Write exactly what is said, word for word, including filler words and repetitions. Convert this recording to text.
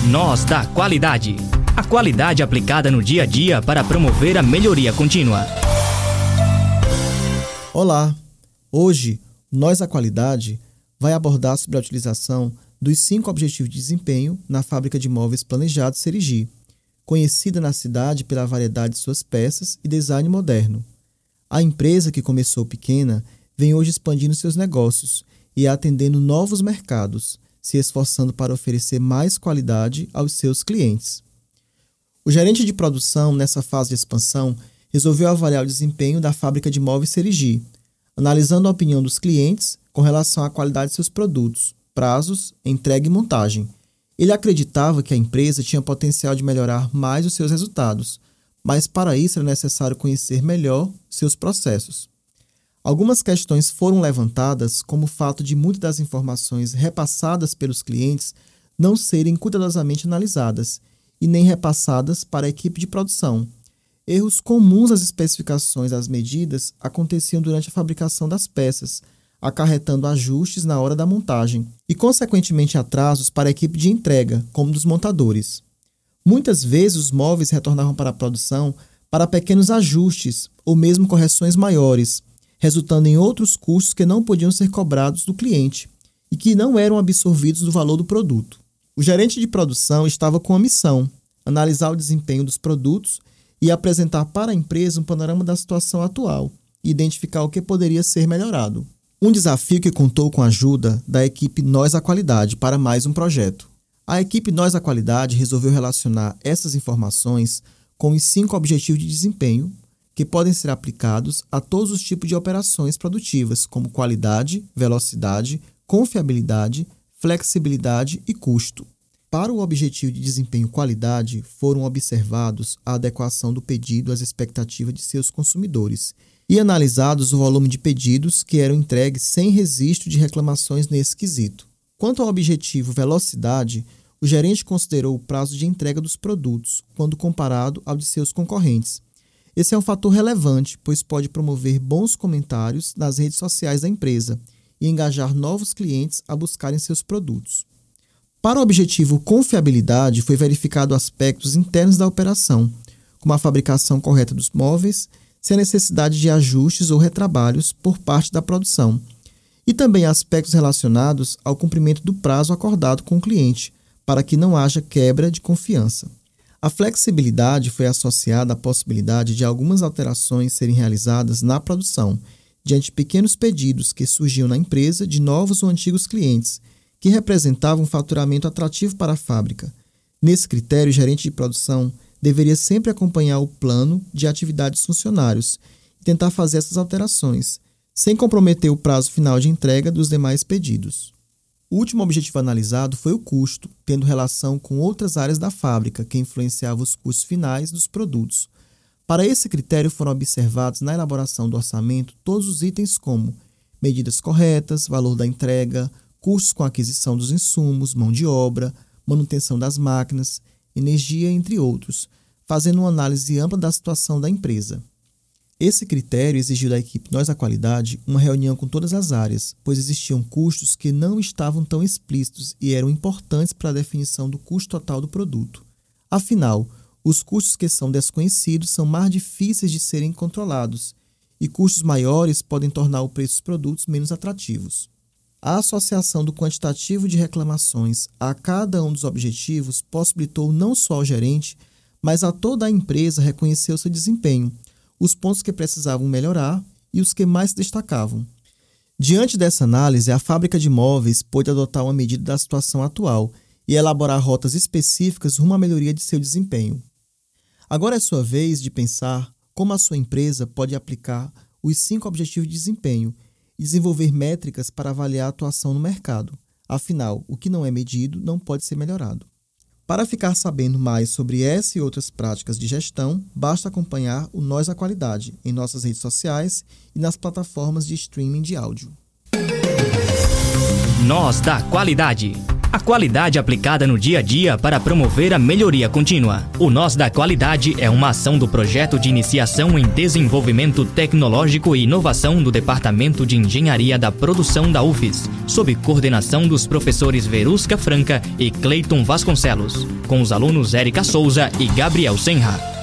Nós da Qualidade. A qualidade aplicada no dia a dia para promover a melhoria contínua. Olá! Hoje, Nós da Qualidade vai abordar sobre a utilização dos cinco Objetivos de Desempenho na Fábrica de Móveis Planejados Serigi, conhecida na cidade pela variedade de suas peças e design moderno. A empresa, que começou pequena, vem hoje expandindo seus negócios e atendendo novos mercados, se esforçando para oferecer mais qualidade aos seus clientes. O gerente de produção, nessa fase de expansão, resolveu avaliar o desempenho da Fábrica de Móveis Serigi, analisando a opinião dos clientes com relação à qualidade de seus produtos, prazos, entrega e montagem. Ele acreditava que a empresa tinha potencial de melhorar mais os seus resultados, mas para isso era necessário conhecer melhor seus processos. Algumas questões foram levantadas, como o fato de muitas das informações repassadas pelos clientes não serem cuidadosamente analisadas e nem repassadas para a equipe de produção. Erros comuns às especificações das medidas aconteciam durante a fabricação das peças, acarretando ajustes na hora da montagem e, consequentemente, atrasos para a equipe de entrega, como dos montadores. Muitas vezes os móveis retornavam para a produção para pequenos ajustes ou mesmo correções maiores, resultando em outros custos que não podiam ser cobrados do cliente e que não eram absorvidos do valor do produto. O gerente de produção estava com a missão: analisar o desempenho dos produtos e apresentar para a empresa um panorama da situação atual e identificar o que poderia ser melhorado. Um desafio que contou com a ajuda da equipe Nós da Qualidade para mais um projeto. A equipe Nós da Qualidade resolveu relacionar essas informações com os cinco objetivos de desempenho que podem ser aplicados a todos os tipos de operações produtivas, como qualidade, velocidade, confiabilidade, flexibilidade e custo. Para o objetivo de desempenho qualidade, foram observados a adequação do pedido às expectativas de seus consumidores e analisados o volume de pedidos que eram entregues sem registro de reclamações nesse quesito. Quanto ao objetivo velocidade, o gerente considerou o prazo de entrega dos produtos, quando comparado ao de seus concorrentes. Esse é um fator relevante, pois pode promover bons comentários nas redes sociais da empresa e engajar novos clientes a buscarem seus produtos. Para o objetivo confiabilidade, foi verificado aspectos internos da operação, como a fabricação correta dos móveis, sem a necessidade de ajustes ou retrabalhos por parte da produção, e também aspectos relacionados ao cumprimento do prazo acordado com o cliente, para que não haja quebra de confiança. A flexibilidade foi associada à possibilidade de algumas alterações serem realizadas na produção, diante de pequenos pedidos que surgiam na empresa de novos ou antigos clientes, que representavam um faturamento atrativo para a fábrica. Nesse critério, o gerente de produção deveria sempre acompanhar o plano de atividade dos funcionários e tentar fazer essas alterações, sem comprometer o prazo final de entrega dos demais pedidos. O último objetivo analisado foi o custo, tendo relação com outras áreas da fábrica que influenciavam os custos finais dos produtos. Para esse critério foram observados na elaboração do orçamento todos os itens como medidas corretas, valor da entrega, custos com a aquisição dos insumos, mão de obra, manutenção das máquinas, energia, entre outros, fazendo uma análise ampla da situação da empresa. Esse critério exigiu da equipe Nós da Qualidade uma reunião com todas as áreas, pois existiam custos que não estavam tão explícitos e eram importantes para a definição do custo total do produto. Afinal, os custos que são desconhecidos são mais difíceis de serem controlados, e custos maiores podem tornar o preço dos produtos menos atrativos. A associação do quantitativo de reclamações a cada um dos objetivos possibilitou não só ao gerente, mas a toda a empresa reconhecer o seu desempenho, os pontos que precisavam melhorar e os que mais se destacavam. Diante dessa análise, a fábrica de móveis pôde adotar uma medida da situação atual e elaborar rotas específicas rumo à melhoria de seu desempenho. Agora é sua vez de pensar como a sua empresa pode aplicar os cinco objetivos de desempenho e desenvolver métricas para avaliar a atuação no mercado. Afinal, o que não é medido não pode ser melhorado. Para ficar sabendo mais sobre essa e outras práticas de gestão, basta acompanhar o Nós da Qualidade em nossas redes sociais e nas plataformas de streaming de áudio. Nós da Qualidade. A qualidade aplicada no dia a dia para promover a melhoria contínua. O Nós da Qualidade é uma ação do Projeto de Iniciação em Desenvolvimento Tecnológico e Inovação do Departamento de Engenharia da Produção da U F S, sob coordenação dos professores Verusca Franca e Cleiton Vasconcelos, com os alunos Érica Souza e Gabriel Senra.